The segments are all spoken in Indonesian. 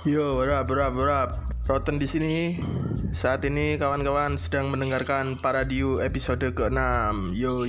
Yo, berap. Roten di sini. Saat ini kawan-kawan sedang mendengarkan Paradio episode ke-6. Yo.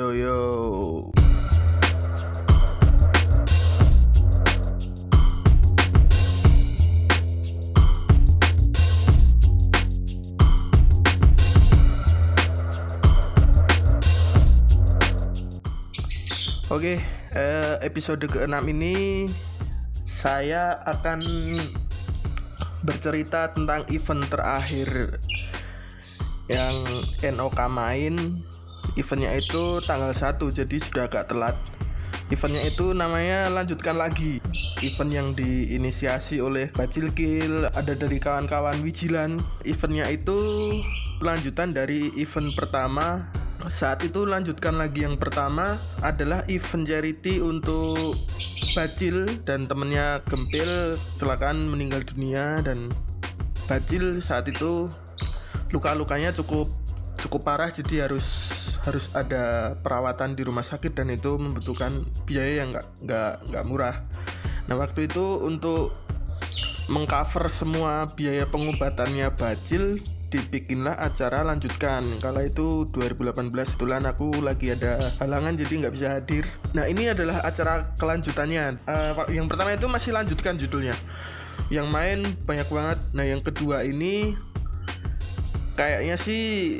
Oke, episode ke-6 ini saya akan bercerita tentang event terakhir yang NOK main. Eventnya itu tanggal 1, jadi sudah agak telat. Eventnya itu namanya Lanjutkan Lagi. Event yang diinisiasi oleh Bacilkil, ada dari kawan-kawan Wijilan. Eventnya itu lanjutan dari event pertama. Saat itu Lanjutkan Lagi yang pertama adalah event charity untuk Bacil dan temennya Gempil kecelakaan meninggal dunia, dan Bacil saat itu luka-lukanya cukup parah, jadi harus ada perawatan di rumah sakit dan itu membutuhkan biaya yang nggak murah. Nah, waktu itu untuk mengcover semua biaya pengobatannya Bacil, dibikinlah acara Lanjutkan. Kala itu 2018, kebetulan aku lagi ada halangan jadi nggak bisa hadir. Nah, ini adalah acara kelanjutannya. Yang pertama itu masih Lanjutkan judulnya, yang main banyak banget. Nah, yang kedua ini kayaknya sih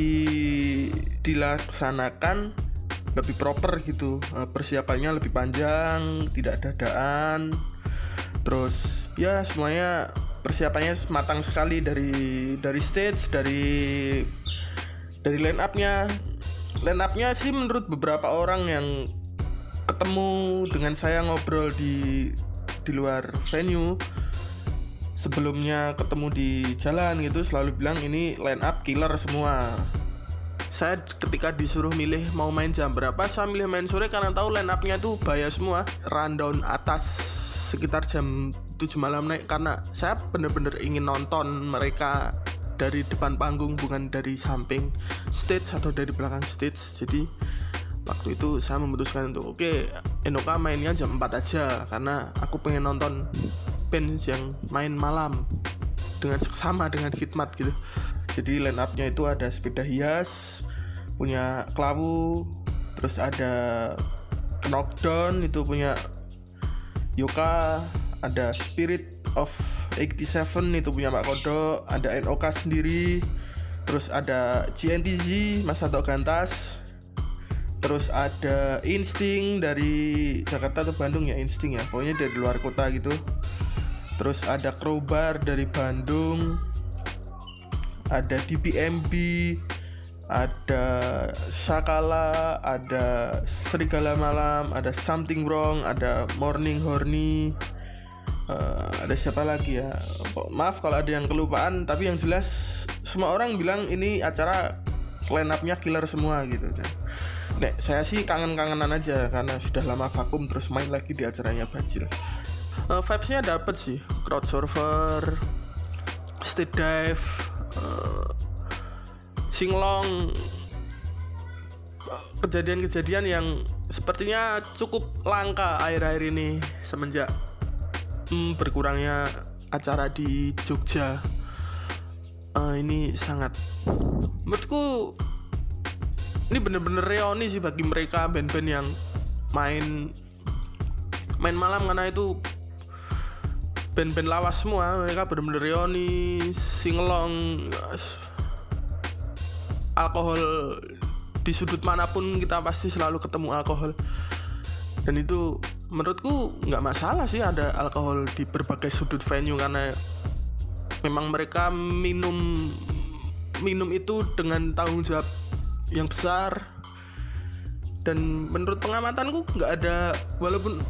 dilaksanakan lebih proper gitu, persiapannya lebih panjang, tidak dadaan. Terus ya semuanya persiapannya matang sekali, dari stage, dari line up-nya sih menurut beberapa orang yang ketemu dengan saya ngobrol di luar venue, sebelumnya ketemu di jalan gitu, selalu bilang ini line up killer semua. Saya ketika disuruh milih mau main jam berapa, saya milih main sore karena tahu line up-nya tuh bahaya semua. Rundown atas sekitar jam 7 malam naik, karena saya bener-bener ingin nonton mereka dari depan panggung, bukan dari samping stage atau dari belakang stage. Jadi waktu itu saya memutuskan untuk NOK mainnya jam 4 aja, karena aku pengen nonton band yang main malam dengan seksama dengan khidmat gitu. Jadi line up-nya itu ada Sepeda Hias, punya Klawu, terus ada Knockdown itu punya Yoka, ada Spirit of 87 itu punya Pak Kodok, ada NOK sendiri, terus ada GNTZ Mas Sato Gantas, terus ada Insting dari Jakarta atau Bandung ya, Insting ya, pokoknya dari luar kota gitu. Terus ada Crowbar dari Bandung, ada DBMB, ada Sakala, ada Serigala Malam, ada Something Wrong, ada Morning Horny, ada siapa lagi ya, maaf kalau ada yang kelupaan, tapi yang jelas semua orang bilang ini acara line up-nya killer semua gitu. Nek saya sih kangen-kangenan aja karena sudah lama vakum, terus main lagi di acaranya Bacil. Vibes-nya dapet sih, crowd surfer, stage dive, singlong, kejadian-kejadian yang sepertinya cukup langka akhir-akhir ini semenjak berkurangnya acara di Jogja. Ini sangat, menurutku ini bener-bener reuni sih bagi mereka band-band yang main malam, karena itu band-band lawas semua, mereka bener-bener reuni, singlong, alkohol di sudut manapun kita pasti selalu ketemu alkohol, dan itu menurutku nggak masalah sih ada alkohol di berbagai sudut venue, karena memang mereka minum itu dengan tanggung jawab yang besar. Dan menurut pengamatanku nggak ada, walaupun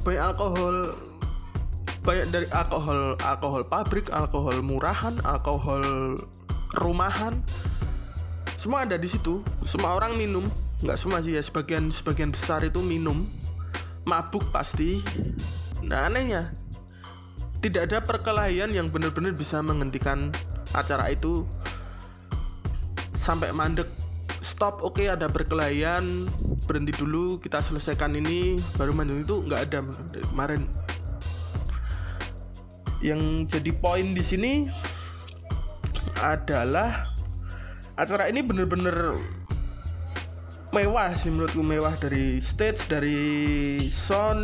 banyak dari alkohol pabrik, alkohol murahan, alkohol rumahan, semua ada di situ. Semua orang minum, nggak semua sih ya, sebagian besar itu minum, mabuk pasti. Nah, anehnya tidak ada perkelahian yang benar-benar bisa menghentikan acara itu sampai mandek. Stop, oke, ada perkelahian, berhenti dulu, kita selesaikan ini, baru lanjut. Itu nggak ada kemarin. yang jadi poin di sini adalah acara ini bener-bener mewah sih menurutku, mewah dari stage, dari sound,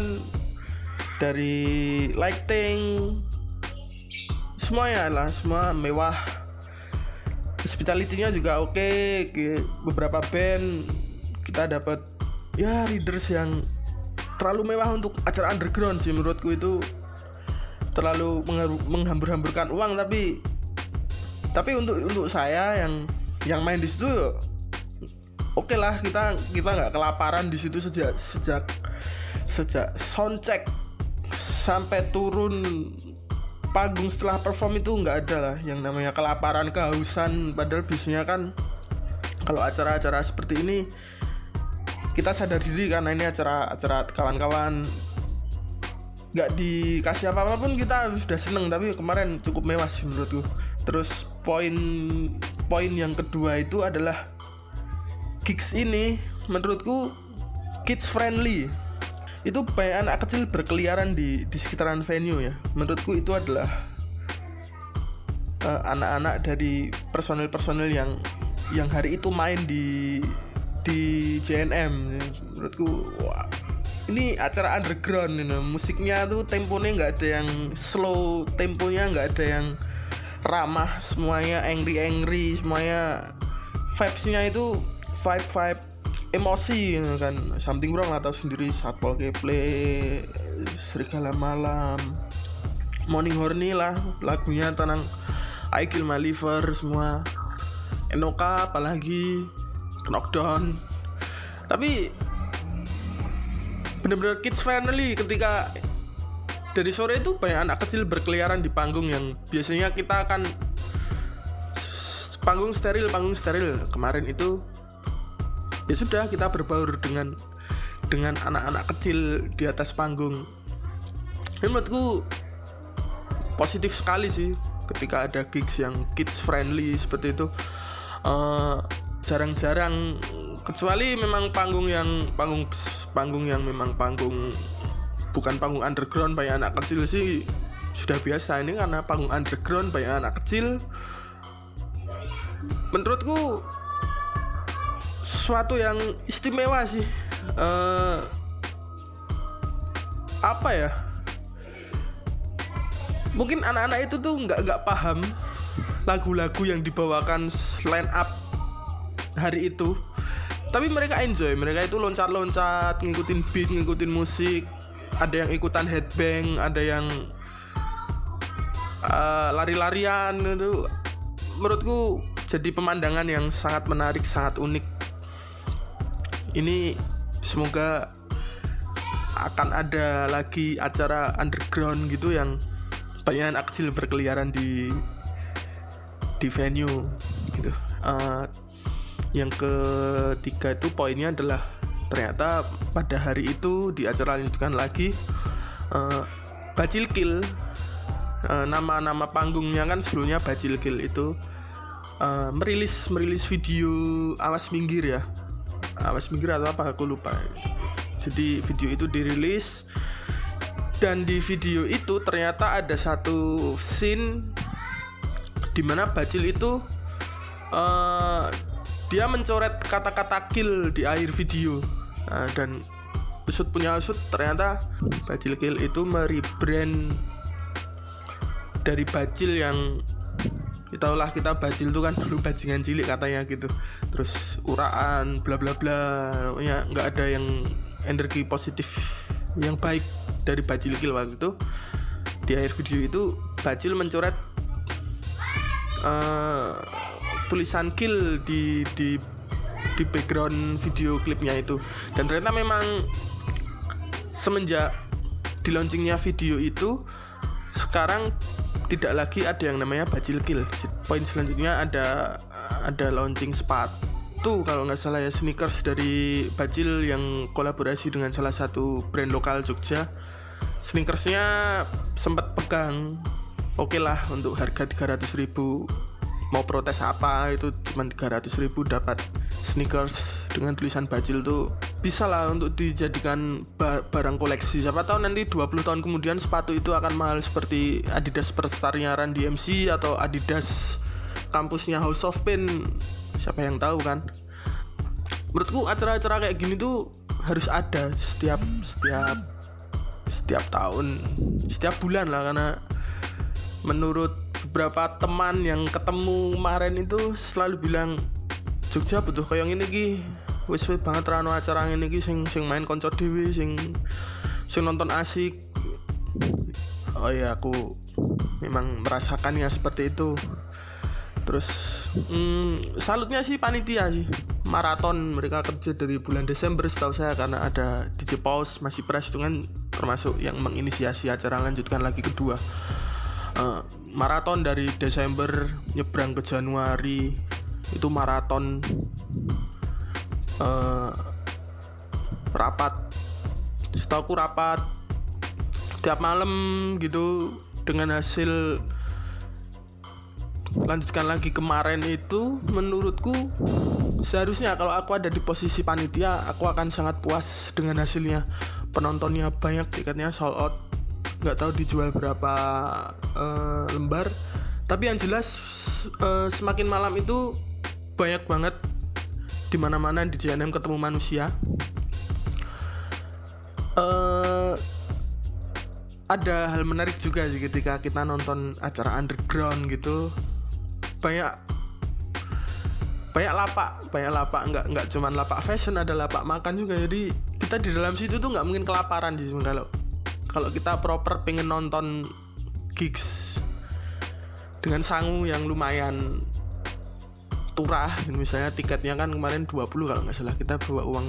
dari lighting, semuanya lah, semua mewah. Hospitality-nya juga oke. Beberapa band kita dapat ya readers yang terlalu mewah untuk acara underground sih menurutku, itu terlalu menghambur-hamburkan uang, tapi untuk saya yang main di situ oke lah, kita nggak kelaparan di situ sejak soundcheck sampai turun panggung setelah perform itu nggak ada lah yang namanya kelaparan, kehausan. Padahal biasanya kan kalau acara-acara seperti ini kita sadar diri karena ini acara kawan-kawan, nggak dikasih apa-apa pun kita sudah seneng. Tapi kemarin cukup mewah sih menurutku. Terus poin yang kedua itu adalah gigs ini menurutku kids friendly. Itu banyak anak kecil berkeliaran di sekitaran venue ya. Menurutku itu adalah anak-anak dari personil yang hari itu main di JNM. Menurutku wah, ini acara underground ini. Musiknya tuh temponya nggak ada yang slow, temponya nggak ada yang ramah, semuanya angry, semuanya vibes-nya itu vibe emosi kan. Something Wrong lah, tahu sendiri, Satpol Keple, Serigala Malam, Morning Horny lah lagunya, tentang I Kill My Liver, semua Enoka, apalagi Knockdown. Tapi bener-bener kids friendly. Ketika dari sore itu banyak anak kecil berkeliaran di panggung yang biasanya kita akan panggung steril. Kemarin itu ya sudah, kita berbaur dengan anak-anak kecil di atas panggung. Dan menurutku positif sekali sih ketika ada gigs yang kids friendly seperti itu. Jarang-jarang, kecuali memang panggung yang memang bukan panggung underground banyak anak kecil sih sudah biasa. Ini karena panggung underground banyak anak kecil, menurutku sesuatu yang istimewa sih. Apa ya, mungkin anak-anak itu tuh nggak paham lagu-lagu yang dibawakan line up hari itu, tapi mereka enjoy. Mereka itu loncat-loncat, ngikutin beat, ngikutin musik. Ada yang ikutan headbang, ada yang lari-larian. Itu menurutku jadi pemandangan yang sangat menarik, sangat unik. Ini semoga akan ada lagi acara underground gitu yang banyak anak kecil berkeliaran di venue gitu. Yang ketiga itu poinnya adalah ternyata pada hari itu di acara lanjutan lagi Bajil Kill, nama panggungnya kan sebelumnya Bajil Kill itu merilis video Awas Minggir atau apa aku lupa. Jadi video itu dirilis, dan di video itu ternyata ada satu scene di mana Bajil itu dia mencoret kata-kata kill di akhir video. Dan usut punya usut, ternyata Bajil Kill itu merebrand dari Bajil yang tahulah kita Bajil itu kan dulu bajingan cilik katanya gitu, terus uraan bla bla bla, ya nggak ada yang energi positif yang baik dari Bajil Kill waktu itu. Di akhir video itu Bajil mencoret tulisan kill di background video klipnya itu. Dan ternyata memang semenjak di launchingnya video itu, sekarang tidak lagi ada yang namanya Bajil Kill. Poin selanjutnya ada launching sepatu kalau nggak salah ya, sneakers dari Bajil yang kolaborasi dengan salah satu brand lokal Jogja. Sneakersnya sempat pegang, oke lah, untuk harga 300.000. Mau protes apa, itu cuma 300.000 dapat sneakers dengan tulisan Bajil tuh bisa lah untuk dijadikan barang koleksi. Siapa tahu nanti 20 tahun kemudian sepatu itu akan mahal seperti Adidas Superstar-nya Run DMC atau Adidas kampusnya House of Pain. Siapa yang tahu kan. Menurutku acara-acara kayak gini tuh harus ada setiap tahun, setiap bulan lah, karena menurut beberapa teman yang ketemu kemarin itu selalu bilang Jogja butuh kayak ngene iki. Wis banget rano acara ngene iki sing main konco dhewe, sing nonton asik. Oh iya, aku memang merasakannya seperti itu. Terus salutnya sih panitia sih. Maraton mereka kerja dari bulan Desember setahu saya, karena ada DJ Paus masih press itu kan termasuk yang menginisiasi acara lanjutkan lagi kedua. Maraton dari Desember nyebrang ke Januari, itu maraton rapat, setauku rapat tiap malam gitu. Dengan hasil lanjutkan lagi kemarin itu, menurutku seharusnya kalau aku ada di posisi panitia, aku akan sangat puas dengan hasilnya. Penontonnya banyak, tiketnya sold out, nggak tahu dijual berapa lembar. Tapi yang jelas semakin malam itu banyak banget di mana-mana di JNM ketemu manusia. Ada hal menarik juga sih ketika kita nonton acara underground gitu. Banyak lapak, nggak cuma lapak fashion, ada lapak makan juga. Jadi kita di dalam situ tuh nggak mungkin kelaparan sih kalau kita proper pengen nonton gigs dengan sangu yang lumayan turah. Misalnya tiketnya kan kemarin 20 kalau nggak salah, kita bawa uang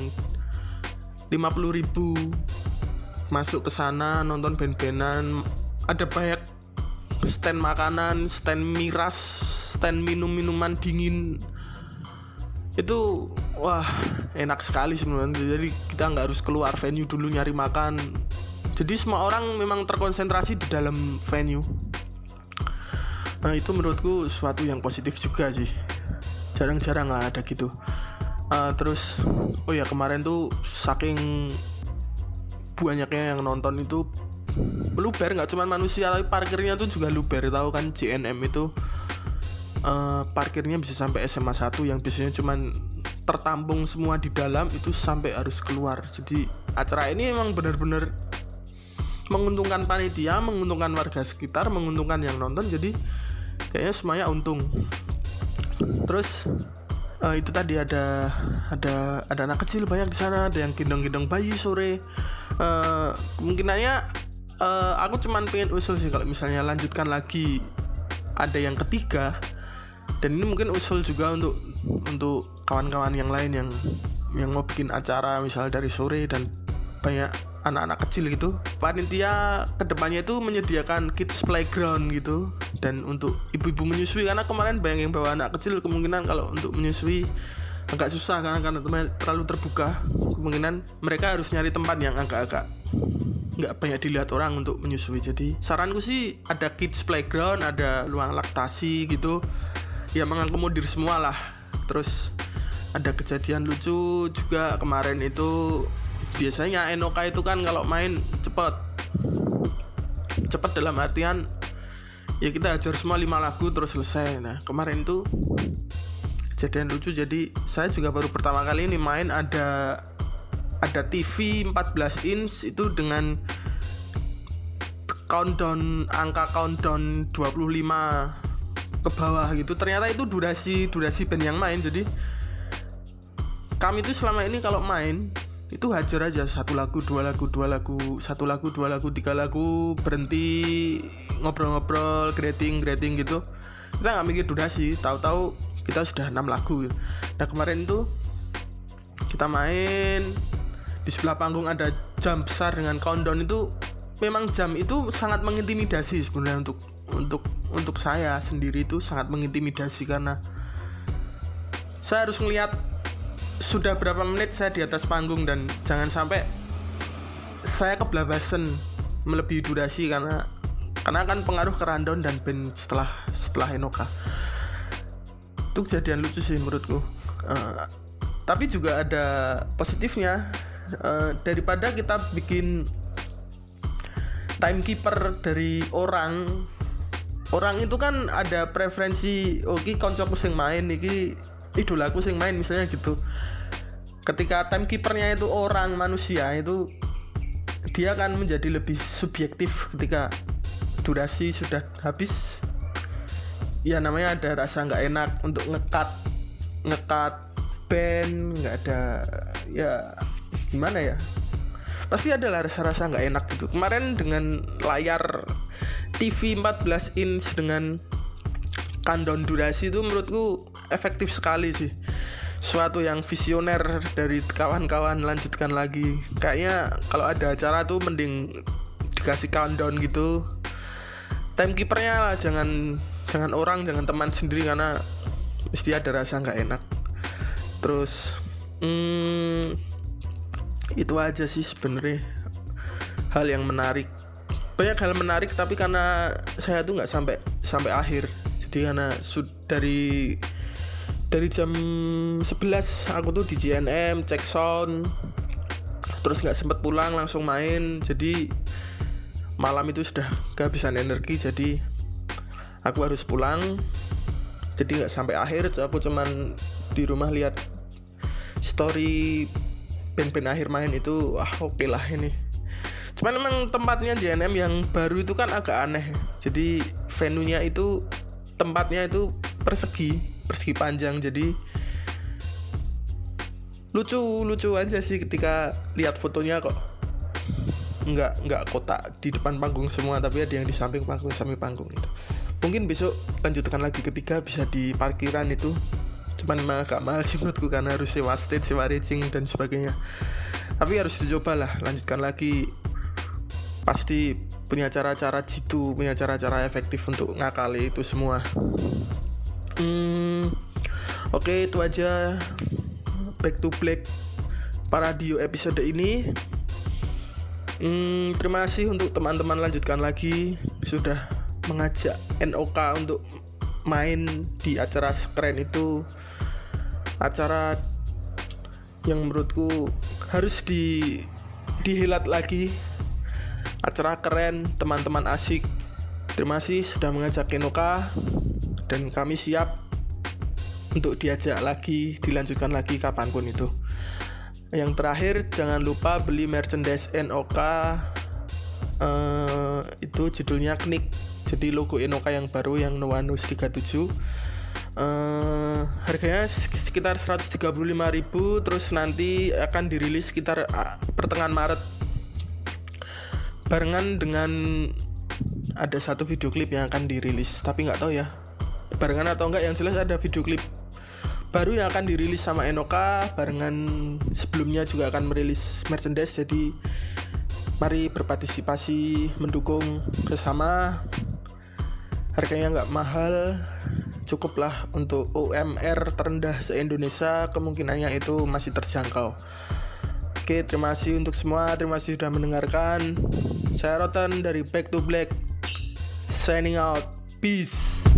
50.000 masuk ke sana nonton band-bandan. Ada banyak stand makanan, stand miras, stand minum-minuman dingin. Itu wah enak sekali sebenarnya. Jadi kita nggak harus keluar venue dulu nyari makan. Jadi semua orang memang terkonsentrasi di dalam venue. Nah itu menurutku sesuatu yang positif juga sih. Jarang-jarang lah ada gitu. Terus oh ya, kemarin tuh saking banyaknya yang nonton itu meluber, nggak cuma manusia tapi parkirnya tuh juga luber. Tahu kan JNM itu parkirnya bisa sampai SMA 1 yang biasanya cuma tertampung semua di dalam, itu sampai harus keluar. Jadi acara ini emang benar-benar menguntungkan panitia, menguntungkan warga sekitar, menguntungkan yang nonton. Jadi kayaknya semuanya untung. Terus itu tadi ada anak kecil banyak di sana, ada yang gendong-gendong bayi sore. Kemungkinannya aku cuman pengen usul sih kalau misalnya lanjutkan lagi ada yang ketiga. Dan ini mungkin usul juga untuk kawan-kawan yang lain yang mau bikin acara misalnya dari sore dan banyak anak-anak kecil gitu. Panitia kedepannya itu menyediakan kids playground gitu, dan untuk ibu-ibu menyusui, karena kemarin banyak yang bawa anak kecil, kemungkinan kalau untuk menyusui agak susah karena terlalu terbuka. Kemungkinan mereka harus nyari tempat yang agak-agak nggak banyak dilihat orang untuk menyusui. Jadi saranku sih ada kids playground, ada ruang laktasi gitu ya, mengakomodir semua lah. Terus ada kejadian lucu juga kemarin itu. Biasanya Enoka itu kan kalau main cepet dalam artian ya kita ajar semua 5 lagu terus selesai. Nah kemarin itu kejadian lucu. Jadi saya juga baru pertama kali ini main, ada TV 14 inch itu dengan angka countdown 25 ke bawah gitu. Ternyata itu durasi band yang main. Jadi kami itu selama ini kalau main itu hajar aja 1 lagu, 2 lagu, 2 lagu, 1 lagu, 2 lagu, 3 lagu, berhenti ngobrol-ngobrol, grading gitu. Kita nggak mikir durasi, tahu-tahu kita sudah 6 lagu. Nah kemarin itu kita main di sebelah panggung ada jam besar dengan countdown. Itu memang jam itu sangat mengintimidasi sebenarnya untuk saya sendiri. Itu sangat mengintimidasi karena saya harus ngelihat sudah berapa menit saya di atas panggung, dan jangan sampai saya keblabasan melebihi durasi karena kan pengaruh ke rundown dan band setelah Enoka. Itu kejadian lucu sih menurutku. Tapi juga ada positifnya. daripada kita bikin timekeeper dari orang itu kan ada preferensi, iki koncoku sing main, iki idolaku sing main misalnya gitu. Ketika timekeepernya itu orang manusia, itu dia akan menjadi lebih subjektif. Ketika durasi sudah habis, ya namanya ada rasa nggak enak untuk ngekat band, nggak ada, ya gimana ya, pasti adalah rasa-rasa nggak enak gitu. Kemarin dengan layar TV 14 inch dengan countdown durasi itu menurutku efektif sekali sih. Suatu yang visioner dari kawan-kawan, lanjutkan lagi. Kayaknya kalau ada acara tuh mending dikasih countdown gitu. Timekeepernya lah jangan orang, jangan teman sendiri, karena mesti ada rasa nggak enak. Terus itu aja sih sebenarnya hal yang menarik. Banyak hal menarik, tapi karena saya tuh nggak sampai akhir. Jadi karena dari jam 11 aku tuh di JNM cek sound, terus nggak sempet pulang, langsung main. Jadi malam itu sudah kehabisan energi, jadi aku harus pulang. Jadi nggak sampai akhir, aku cuman di rumah lihat story band-band akhir main itu. Oke lah ini. Cuman memang tempatnya JNM yang baru itu kan agak aneh. Jadi venue-nya itu, tempatnya itu persegi panjang. Jadi lucu aja sih ketika lihat fotonya, kok nggak kotak di depan panggung semua, tapi ada yang di samping panggung itu. Mungkin besok lanjutkan lagi ketika bisa di parkiran itu. Cuman memang agak mahal sih menurutku, karena harus sewa stage, sewa rigging dan sebagainya. Tapi harus dicoba lah, lanjutkan lagi. Pasti punya cara-cara jitu, punya cara-cara efektif untuk ngakali itu semua. Oke, itu aja Back to Black Paradio episode ini. Terima kasih untuk teman-teman, lanjutkan lagi sudah mengajak NOK untuk main di acara sekeren itu. Acara yang menurutku harus dihelat lagi. Acara keren, teman-teman asik. Terima kasih sudah mengajak NOK, dan kami siap untuk diajak lagi, dilanjutkan lagi kapanpun itu. Yang terakhir, jangan lupa beli merchandise NOK. Itu judulnya Knik. Jadi logo NOK yang baru, yang Noanus 37. Harganya sekitar 135.000. Terus nanti akan dirilis sekitar pertengahan Maret, barengan dengan ada satu video klip yang akan dirilis. Tapi nggak tahu ya barengan atau enggak, yang jelas ada video klip baru yang akan dirilis sama NOK. Barengan sebelumnya juga akan merilis merchandise. Jadi mari berpartisipasi, mendukung bersama. Harganya nggak mahal, cukuplah untuk UMR terendah se-Indonesia. Kemungkinannya itu masih terjangkau. Oke, terima kasih untuk semua. Terima kasih sudah mendengarkan. Saya Rotan dari Back to Black, signing out. Peace.